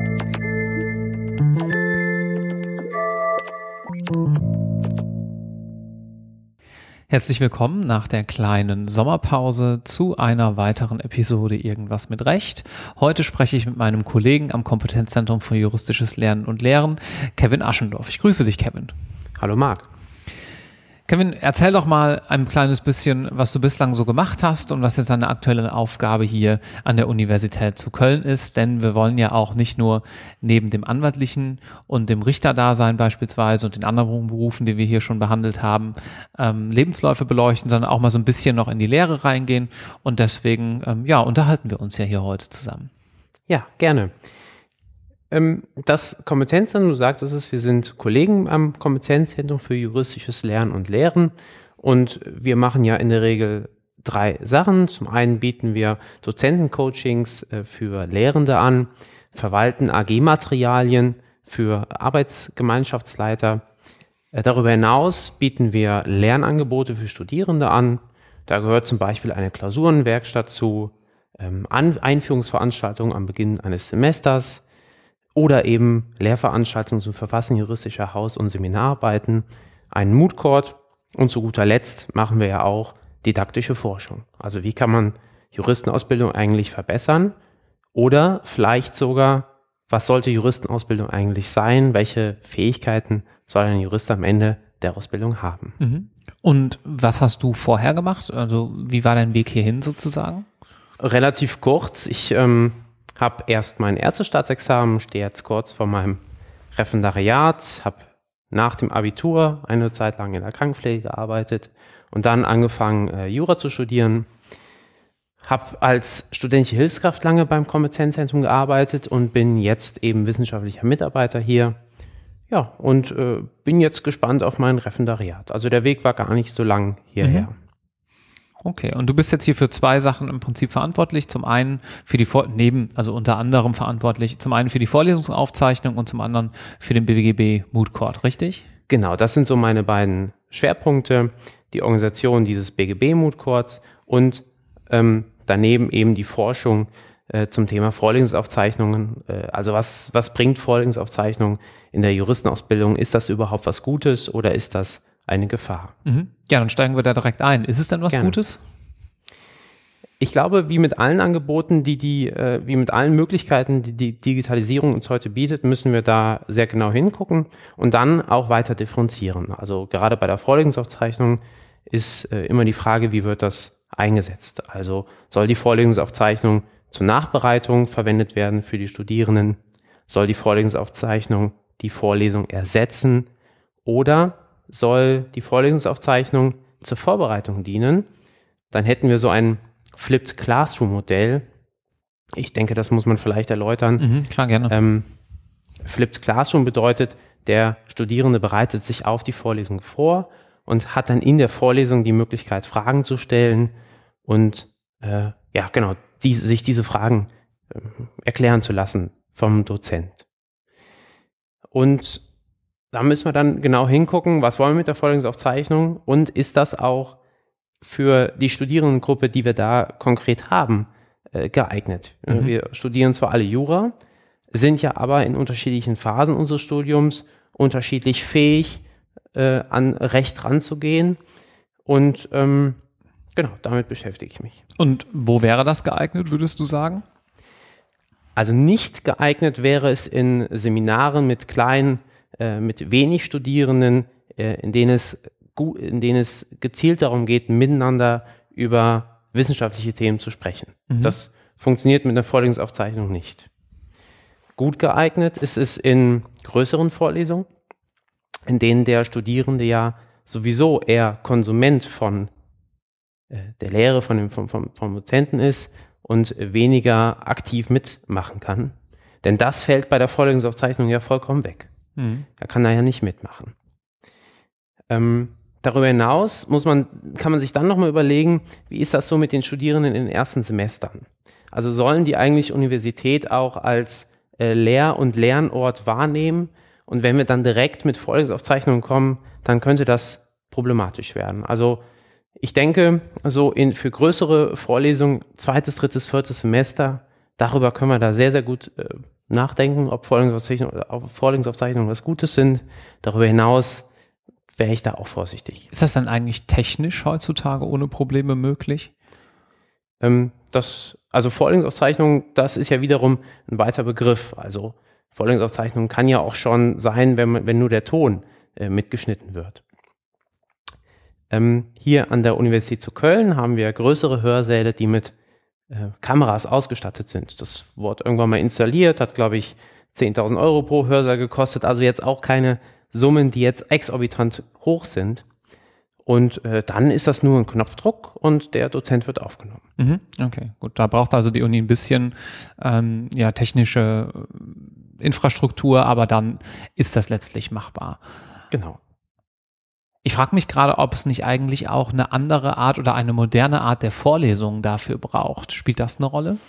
Herzlich willkommen nach der kleinen Sommerpause zu einer weiteren Episode Irgendwas mit Recht. Heute spreche ich mit meinem Kollegen am Kompetenzzentrum für juristisches Lernen und Lehren, Kevin Aschendorf. Ich grüße dich, Kevin. Hallo Marc. Kevin, erzähl doch mal ein kleines bisschen, was du bislang so gemacht hast und was jetzt deine aktuelle Aufgabe hier an der Universität zu Köln ist, denn wir wollen ja auch nicht nur neben dem anwaltlichen und dem Richterdasein beispielsweise und den anderen Berufen, die wir hier schon behandelt haben, Lebensläufe beleuchten, sondern auch mal so ein bisschen noch in die Lehre reingehen und deswegen, unterhalten wir uns ja hier heute zusammen. Ja, gerne. Das Kompetenzzentrum, du sagtest es, wir sind Kollegen am Kompetenzzentrum für juristisches Lernen und Lehren und wir machen ja in der Regel 3 Sachen. Zum einen bieten wir Dozentencoachings für Lehrende an, verwalten AG-Materialien für Arbeitsgemeinschaftsleiter. Darüber hinaus bieten wir Lernangebote für Studierende an. Da gehört zum Beispiel eine Klausurenwerkstatt zu, Einführungsveranstaltungen am Beginn eines Semesters, oder eben Lehrveranstaltungen zum Verfassen juristischer Haus- und Seminararbeiten, einen Moot Court und zu guter Letzt machen wir ja auch didaktische Forschung. Also wie kann man Juristenausbildung eigentlich verbessern oder vielleicht sogar, was sollte Juristenausbildung eigentlich sein, welche Fähigkeiten soll ein Jurist am Ende der Ausbildung haben. Mhm. Und was hast du vorher gemacht? Also wie war dein Weg hierhin sozusagen? Relativ kurz. Ich habe erst mein Ärztestaatsexamen, stehe jetzt kurz vor meinem Referendariat, habe nach dem Abitur eine Zeit lang in der Krankenpflege gearbeitet und dann angefangen, Jura zu studieren. Habe als studentische Hilfskraft lange beim Kompetenzzentrum gearbeitet und bin jetzt eben wissenschaftlicher Mitarbeiter hier. Ja, und bin jetzt gespannt auf mein Referendariat. Also der Weg war gar nicht so lang hierher. Mhm. Okay, und du bist jetzt hier für 2 Sachen im Prinzip verantwortlich. Zum einen unter anderem verantwortlich, zum einen für die Vorlesungsaufzeichnung und zum anderen für den BWGB Moot Court, richtig? Genau, das sind so meine beiden Schwerpunkte, die Organisation dieses BGB Moot Courts und daneben eben die Forschung zum Thema Vorlesungsaufzeichnungen. Also was bringt Vorlesungsaufzeichnung in der Juristenausbildung? Ist das überhaupt was Gutes oder ist das eine Gefahr? Mhm. Ja, dann steigen wir da direkt ein. Ist es denn was Gerne. Gutes? Ich glaube, wie mit allen Angeboten, wie mit allen Möglichkeiten, die die Digitalisierung uns heute bietet, müssen wir da sehr genau hingucken und dann auch weiter differenzieren. Also gerade bei der Vorlesungsaufzeichnung ist immer die Frage, wie wird das eingesetzt? Also soll die Vorlesungsaufzeichnung zur Nachbereitung verwendet werden für die Studierenden? Soll die Vorlesungsaufzeichnung die Vorlesung ersetzen? Oder soll die Vorlesungsaufzeichnung zur Vorbereitung dienen? Dann hätten wir so ein Flipped Classroom Modell. Ich denke, das muss man vielleicht erläutern. Mhm, klar, gerne. Flipped Classroom bedeutet, der Studierende bereitet sich auf die Vorlesung vor und hat dann in der Vorlesung die Möglichkeit, Fragen zu stellen und sich diese Fragen erklären zu lassen vom Dozent. Und da müssen wir dann genau hingucken, was wollen wir mit der Vorlesungsaufzeichnung und ist das auch für die Studierendengruppe, die wir da konkret haben, geeignet. Mhm. Wir studieren zwar alle Jura, sind ja aber in unterschiedlichen Phasen unseres Studiums unterschiedlich fähig, an Recht ranzugehen und damit beschäftige ich mich. Und wo wäre das geeignet, würdest du sagen? Also nicht geeignet wäre es in Seminaren mit wenig Studierenden, in denen es gezielt darum geht, miteinander über wissenschaftliche Themen zu sprechen. Mhm. Das funktioniert mit einer Vorlesungsaufzeichnung nicht. Gut geeignet ist es in größeren Vorlesungen, in denen der Studierende ja sowieso eher Konsument von der Lehre vom Dozenten ist und weniger aktiv mitmachen kann. Denn das fällt bei der Vorlesungsaufzeichnung ja vollkommen weg. Da kann er ja nicht mitmachen. Darüber hinaus kann man sich dann nochmal überlegen, wie ist das so mit den Studierenden in den ersten Semestern? Also sollen die eigentlich Universität auch als Lehr- und Lernort wahrnehmen? Und wenn wir dann direkt mit Vorlesungsaufzeichnungen kommen, dann könnte das problematisch werden. Also ich denke, für größere Vorlesungen, 2., 3., 4. Semester, darüber können wir da sehr, sehr gut nachdenken, ob Vorlesungsaufzeichnungen was Gutes sind. Darüber hinaus wäre ich da auch vorsichtig. Ist das dann eigentlich technisch heutzutage ohne Probleme möglich? Also Vorlesungsaufzeichnung, das ist ja wiederum ein weiter Begriff. Also Vorlesungsaufzeichnung kann ja auch schon sein, wenn nur der Ton mitgeschnitten wird. Hier an der Universität zu Köln haben wir größere Hörsäle, die mit Kameras ausgestattet sind. Das wurde irgendwann mal installiert, hat, glaube ich, 10.000 Euro pro Hörsaal gekostet. Also jetzt auch keine Summen, die jetzt exorbitant hoch sind. Und dann ist das nur ein Knopfdruck und der Dozent wird aufgenommen. Okay, gut. Da braucht also die Uni ein bisschen technische Infrastruktur, aber dann ist das letztlich machbar. Genau. Ich frage mich gerade, ob es nicht eigentlich auch eine andere Art oder eine moderne Art der Vorlesung dafür braucht. Spielt das eine Rolle?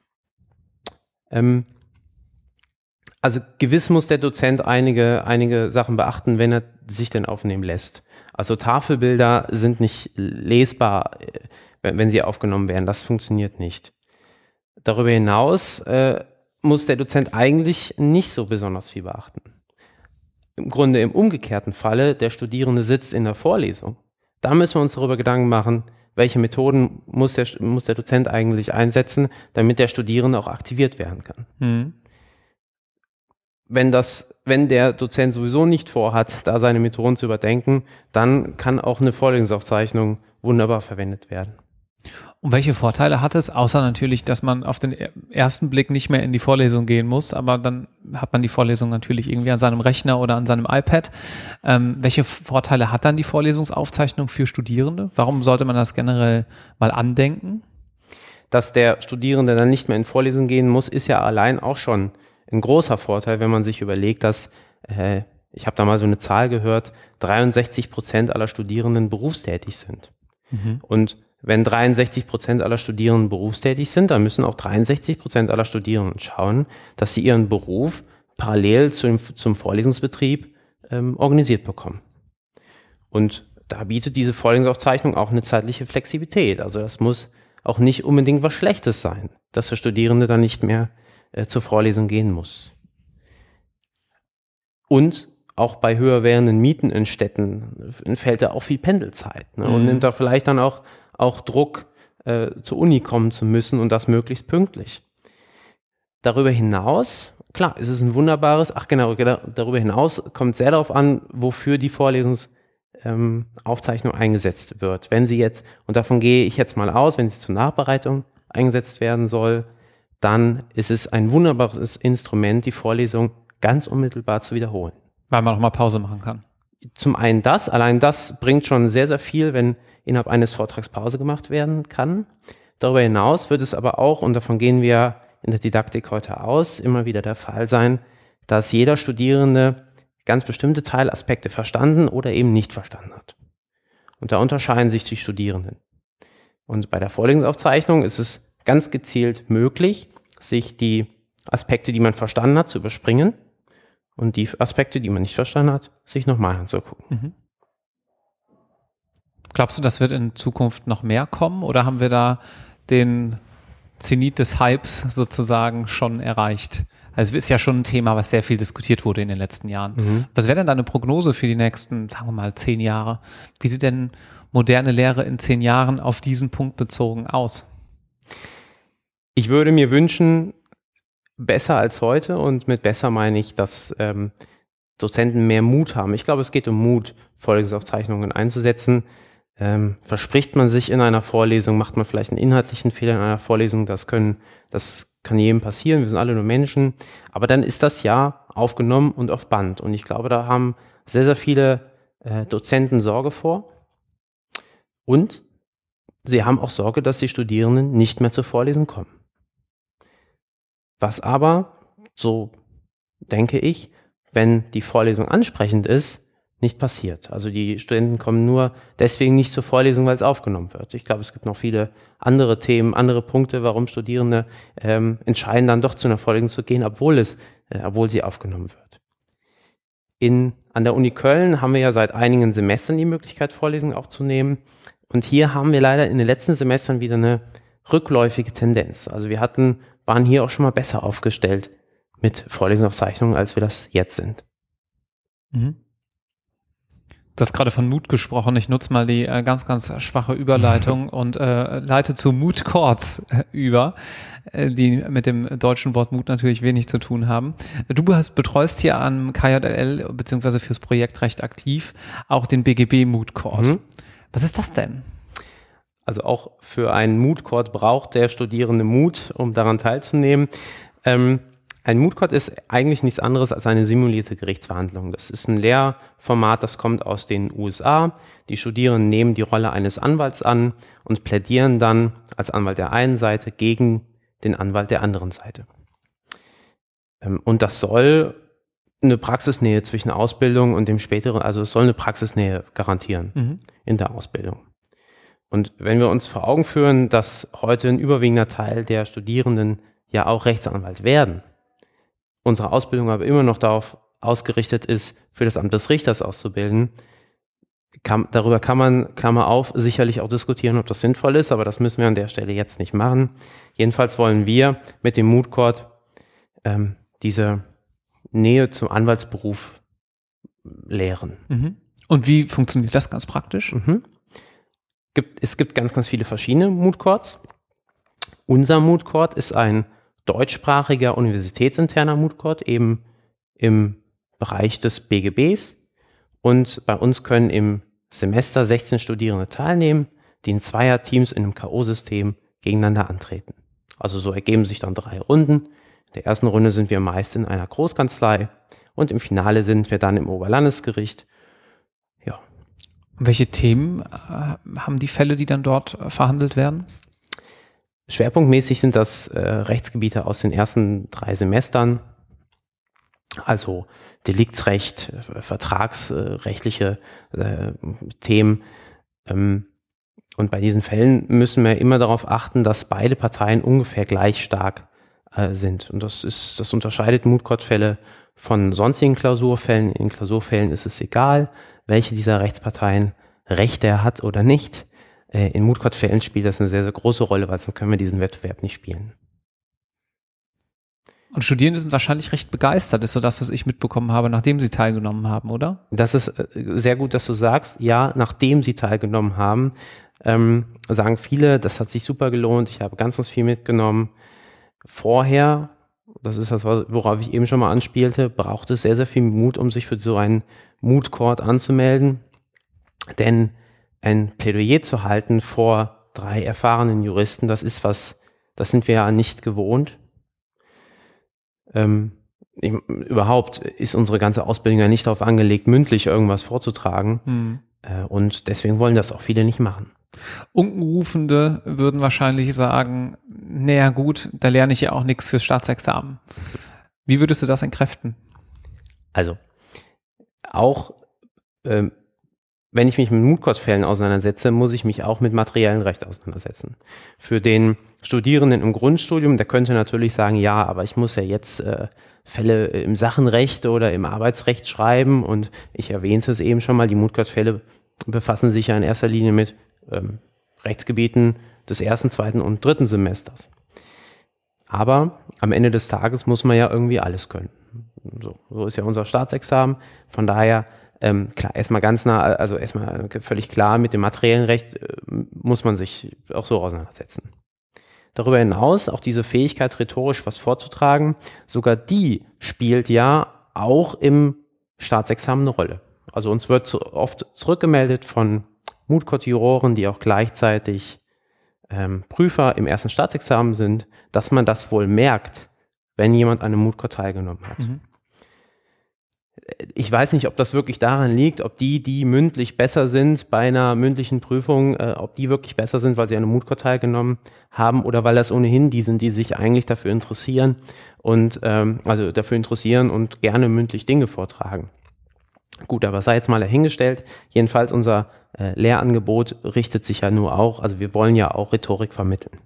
Also gewiss muss der Dozent einige Sachen beachten, wenn er sich denn aufnehmen lässt. Also Tafelbilder sind nicht lesbar, wenn sie aufgenommen werden. Das funktioniert nicht. Darüber hinaus muss der Dozent eigentlich nicht so besonders viel beachten. Im Grunde im umgekehrten Falle, der Studierende sitzt in der Vorlesung. Da müssen wir uns darüber Gedanken machen, welche Methoden muss der Dozent eigentlich einsetzen, damit der Studierende auch aktiviert werden kann. Wenn der Dozent sowieso nicht vorhat, da seine Methoden zu überdenken, dann kann auch eine Vorlesungsaufzeichnung wunderbar verwendet werden. Und welche Vorteile hat es, außer natürlich, dass man auf den ersten Blick nicht mehr in die Vorlesung gehen muss, aber dann hat man die Vorlesung natürlich irgendwie an seinem Rechner oder an seinem iPad. Welche Vorteile hat dann die Vorlesungsaufzeichnung für Studierende? Warum sollte man das generell mal andenken? Dass der Studierende dann nicht mehr in Vorlesung gehen muss, ist ja allein auch schon ein großer Vorteil, wenn man sich überlegt, dass, ich habe da mal so eine Zahl gehört, 63% aller Studierenden berufstätig sind. Und wenn 63% aller Studierenden berufstätig sind, dann müssen auch 63% aller Studierenden schauen, dass sie ihren Beruf parallel zum Vorlesungsbetrieb organisiert bekommen. Und da bietet diese Vorlesungsaufzeichnung auch eine zeitliche Flexibilität. Also das muss auch nicht unbedingt was Schlechtes sein, dass der Studierende dann nicht mehr zur Vorlesung gehen muss. Und auch bei höher werdenden Mieten in Städten entfällt da auch viel Pendelzeit, ne? Und nimmt da vielleicht dann auch Druck, zur Uni kommen zu müssen und das möglichst pünktlich. Darüber hinaus, klar, ist es ein wunderbares, darüber hinaus kommt sehr darauf an, wofür die Vorlesungsaufzeichnung eingesetzt wird. Wenn sie jetzt, und davon gehe ich jetzt mal aus, wenn sie zur Nachbereitung eingesetzt werden soll, dann ist es ein wunderbares Instrument, die Vorlesung ganz unmittelbar zu wiederholen. Weil man nochmal Pause machen kann. Zum einen allein das bringt schon sehr, sehr viel, wenn innerhalb eines Vortrags Pause gemacht werden kann. Darüber hinaus wird es aber auch, und davon gehen wir in der Didaktik heute aus, immer wieder der Fall sein, dass jeder Studierende ganz bestimmte Teilaspekte verstanden oder eben nicht verstanden hat. Und da unterscheiden sich die Studierenden. Und bei der Vorlesungsaufzeichnung ist es ganz gezielt möglich, sich die Aspekte, die man verstanden hat, zu überspringen und die Aspekte, die man nicht verstanden hat, sich nochmal anzugucken. Glaubst du, das wird in Zukunft noch mehr kommen oder haben wir da den Zenit des Hypes sozusagen schon erreicht? Also es ist ja schon ein Thema, was sehr viel diskutiert wurde in den letzten Jahren. Was wäre denn deine Prognose für die nächsten, sagen wir mal, 10 Jahre? Wie sieht denn moderne Lehre in 10 Jahren auf diesen Punkt bezogen aus? Ich würde mir wünschen, besser als heute, und mit besser meine ich, dass Dozenten mehr Mut haben. Ich glaube, es geht um Mut, Vorlesungsaufzeichnungen einzusetzen. Verspricht man sich in einer Vorlesung, macht man vielleicht einen inhaltlichen Fehler in einer Vorlesung, das kann jedem passieren, wir sind alle nur Menschen, aber dann ist das ja aufgenommen und auf Band, und ich glaube, da haben sehr, sehr viele Dozenten Sorge vor, und sie haben auch Sorge, dass die Studierenden nicht mehr zur Vorlesung kommen. Was aber, so denke ich, wenn die Vorlesung ansprechend ist, nicht passiert. Also die Studenten kommen nur deswegen nicht zur Vorlesung, weil es aufgenommen wird. Ich glaube, es gibt noch viele andere Themen, andere Punkte, warum Studierende entscheiden, dann doch zu einer Vorlesung zu gehen, obwohl sie aufgenommen wird. An der Uni Köln haben wir ja seit einigen Semestern die Möglichkeit, Vorlesungen aufzunehmen. Und hier haben wir leider in den letzten Semestern wieder eine rückläufige Tendenz. Also wir waren hier auch schon mal besser aufgestellt mit Vorlesungsaufzeichnungen, als wir das jetzt sind. Mhm. Du hast gerade von Moot gesprochen. Ich nutze mal die ganz, ganz schwache Überleitung und leite zu Moot Courts über, die mit dem deutschen Wort Moot natürlich wenig zu tun haben. Du betreust hier am KJLL beziehungsweise fürs Projekt recht aktiv auch den BGB Moot Court. Mhm. Was ist das denn? Also auch für einen Moot Court braucht der Studierende Mut, um daran teilzunehmen. Ein Moot Court ist eigentlich nichts anderes als eine simulierte Gerichtsverhandlung. Das ist ein Lehrformat, das kommt aus den USA. Die Studierenden nehmen die Rolle eines Anwalts an und plädieren dann als Anwalt der einen Seite gegen den Anwalt der anderen Seite. Und das soll eine Praxisnähe zwischen Ausbildung und dem späteren, also es soll eine Praxisnähe garantieren in der Ausbildung. Und wenn wir uns vor Augen führen, dass heute ein überwiegender Teil der Studierenden ja auch Rechtsanwalt werden, unsere Ausbildung aber immer noch darauf ausgerichtet ist, für das Amt des Richters auszubilden, darüber kann man, Klammer auf, sicherlich auch diskutieren, ob das sinnvoll ist, aber das müssen wir an der Stelle jetzt nicht machen. Jedenfalls wollen wir mit dem Moot Court diese Nähe zum Anwaltsberuf lehren. Mhm. Und wie funktioniert das ganz praktisch? Es gibt ganz, ganz viele verschiedene Moot Courts. Unser Moot Court ist ein deutschsprachiger universitätsinterner Moot Court, eben im Bereich des BGBs. Und bei uns können im Semester 16 Studierende teilnehmen, die in Zweierteams in einem K.O.-System gegeneinander antreten. Also so ergeben sich dann 3 Runden. In der ersten Runde sind wir meist in einer Großkanzlei und im Finale sind wir dann im Oberlandesgericht. Ja. Welche Themen haben die Fälle, die dann dort verhandelt werden? Schwerpunktmäßig sind das Rechtsgebiete aus den ersten 3 Semestern, also Deliktsrecht, vertragsrechtliche Themen. Und bei diesen Fällen müssen wir immer darauf achten, dass beide Parteien ungefähr gleich stark sind. Und das unterscheidet Moot Court-Fälle von sonstigen Klausurfällen. In Klausurfällen ist es egal, welche dieser Rechtsparteien Rechte hat oder nicht. In Moot Court-Fällen spielt das eine sehr, sehr große Rolle, weil sonst können wir diesen Wettbewerb nicht spielen. Und Studierende sind wahrscheinlich recht begeistert, ist so das, was ich mitbekommen habe, nachdem sie teilgenommen haben, oder? Das ist sehr gut, dass du sagst, ja, nachdem sie teilgenommen haben, sagen viele, das hat sich super gelohnt, ich habe ganz, ganz viel mitgenommen. Vorher, das ist das, worauf ich eben schon mal anspielte, braucht es sehr, sehr viel Mut, um sich für so einen Moot Court anzumelden. Denn ein Plädoyer zu halten vor 3 erfahrenen Juristen, das sind wir ja nicht gewohnt. Überhaupt ist unsere ganze Ausbildung ja nicht darauf angelegt, mündlich irgendwas vorzutragen. Und deswegen wollen das auch viele nicht machen. Unkenrufende würden wahrscheinlich sagen, naja gut, da lerne ich ja auch nichts fürs Staatsexamen. Wie würdest du das entkräften? Also, auch wenn ich mich mit Moot Court-Fällen auseinandersetze, muss ich mich auch mit materiellem Recht auseinandersetzen. Für den Studierenden im Grundstudium, der könnte natürlich sagen, ja, aber ich muss ja jetzt Fälle im Sachenrecht oder im Arbeitsrecht schreiben und ich erwähnte es eben schon mal, die Moot Court-Fälle befassen sich ja in erster Linie mit Rechtsgebieten des 1., 2. und 3. Semesters. Aber am Ende des Tages muss man ja irgendwie alles können. So ist ja unser Staatsexamen. Von daher, klar, erstmal ganz nah, also erstmal völlig klar, mit dem materiellen Recht muss man sich auch so auseinandersetzen. Darüber hinaus, auch diese Fähigkeit, rhetorisch was vorzutragen, sogar die spielt ja auch im Staatsexamen eine Rolle. Also uns wird oft zurückgemeldet von Moot Court-Juroren, die auch gleichzeitig Prüfer im ersten Staatsexamen sind, dass man das wohl merkt, wenn jemand an einem Moot Court teilgenommen hat. Ich weiß nicht, ob das wirklich daran liegt, ob die mündlich besser sind bei einer mündlichen Prüfung, ob die wirklich besser sind, weil sie an einem Moot Court teilgenommen haben oder weil das ohnehin die sind, die sich eigentlich dafür interessieren und und gerne mündlich Dinge vortragen. Gut, aber sei jetzt mal dahingestellt. Jedenfalls unser Lehrangebot richtet sich ja nur auch, also wir wollen ja auch Rhetorik vermitteln.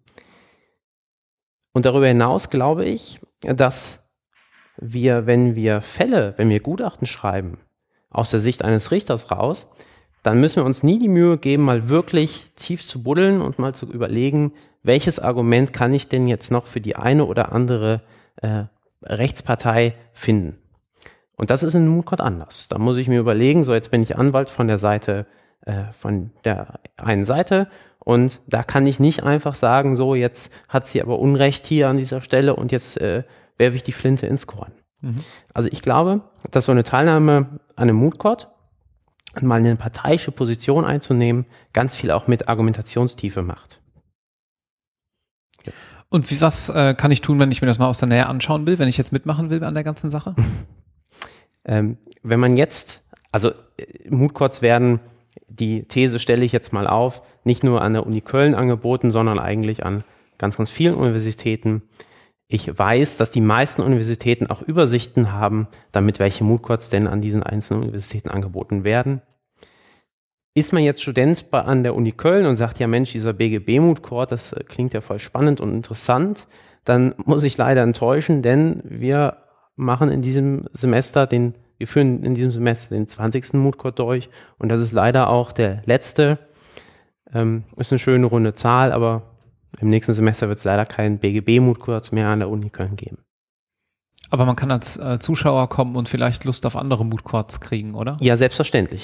Und darüber hinaus glaube ich, dass wenn wir Gutachten schreiben, aus der Sicht eines Richters raus, dann müssen wir uns nie die Mühe geben, mal wirklich tief zu buddeln und mal zu überlegen, welches Argument kann ich denn jetzt noch für die eine oder andere Rechtspartei finden. Und das ist in Moot Court anders. Da muss ich mir überlegen, so jetzt bin ich Anwalt von der einen Seite und da kann ich nicht einfach sagen, so jetzt hat sie aber Unrecht hier an dieser Stelle und jetzt werfe ich die Flinte ins Korn. Also ich glaube, dass so eine Teilnahme an einem Moot Court und mal eine parteiische Position einzunehmen, ganz viel auch mit Argumentationstiefe macht. Ja. Und was kann ich tun, wenn ich mir das mal aus der Nähe anschauen will, wenn ich jetzt mitmachen will an der ganzen Sache? Wenn man jetzt, also Moot Courts werden, die These stelle ich jetzt mal auf, nicht nur an der Uni Köln angeboten, sondern eigentlich an ganz, ganz vielen Universitäten. Ich weiß, dass die meisten Universitäten auch Übersichten haben, damit welche Moot Courts denn an diesen einzelnen Universitäten angeboten werden. Ist man jetzt Student an der Uni Köln und sagt, ja Mensch, dieser BGB Moot Court, das klingt ja voll spannend und interessant, dann muss ich leider enttäuschen, denn wir führen in diesem Semester den 20. Moot Court durch und das ist leider auch der letzte. Ist eine schöne runde Zahl, aber im nächsten Semester wird es leider keinen BGB Moot Court mehr an der Uni Köln geben. Aber man kann als Zuschauer kommen und vielleicht Lust auf andere Moot Courts kriegen, oder? Ja, selbstverständlich.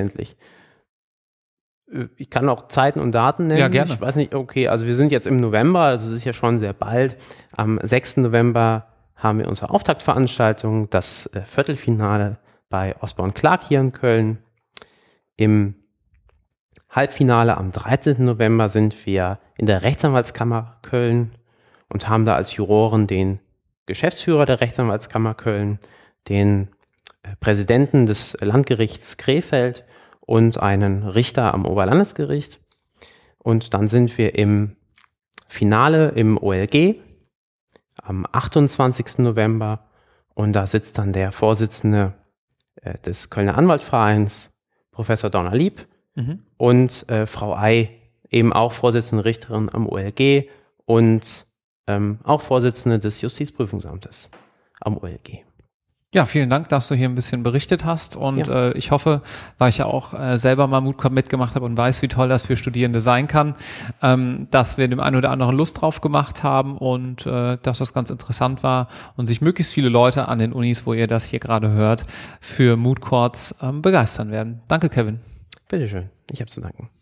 Ich kann auch Zeiten und Daten nennen. Ja, gerne. Ich weiß nicht, okay, also wir sind jetzt im November, also es ist ja schon sehr bald. Am 6. November haben wir unsere Auftaktveranstaltung, das Viertelfinale bei Osborne Clark hier in Köln. Im Halbfinale am 13. November sind wir in der Rechtsanwaltskammer Köln und haben da als Juroren den Geschäftsführer der Rechtsanwaltskammer Köln, den Präsidenten des Landgerichts Krefeld und einen Richter am Oberlandesgericht. Und dann sind wir im Finale im OLG am 28. November und da sitzt dann der Vorsitzende des Kölner Anwaltvereins, Professor Donner Lieb, und Frau Ei, eben auch Vorsitzende Richterin am OLG und auch Vorsitzende des Justizprüfungsamtes am OLG. Ja, vielen Dank, dass du hier ein bisschen berichtet hast und ich hoffe, weil ich ja auch selber mal Moot Court mitgemacht habe und weiß, wie toll das für Studierende sein kann, dass wir dem einen oder anderen Lust drauf gemacht haben und dass das ganz interessant war und sich möglichst viele Leute an den Unis, wo ihr das hier gerade hört, für Moot Courts begeistern werden. Danke, Kevin. Bitteschön, ich habe zu danken.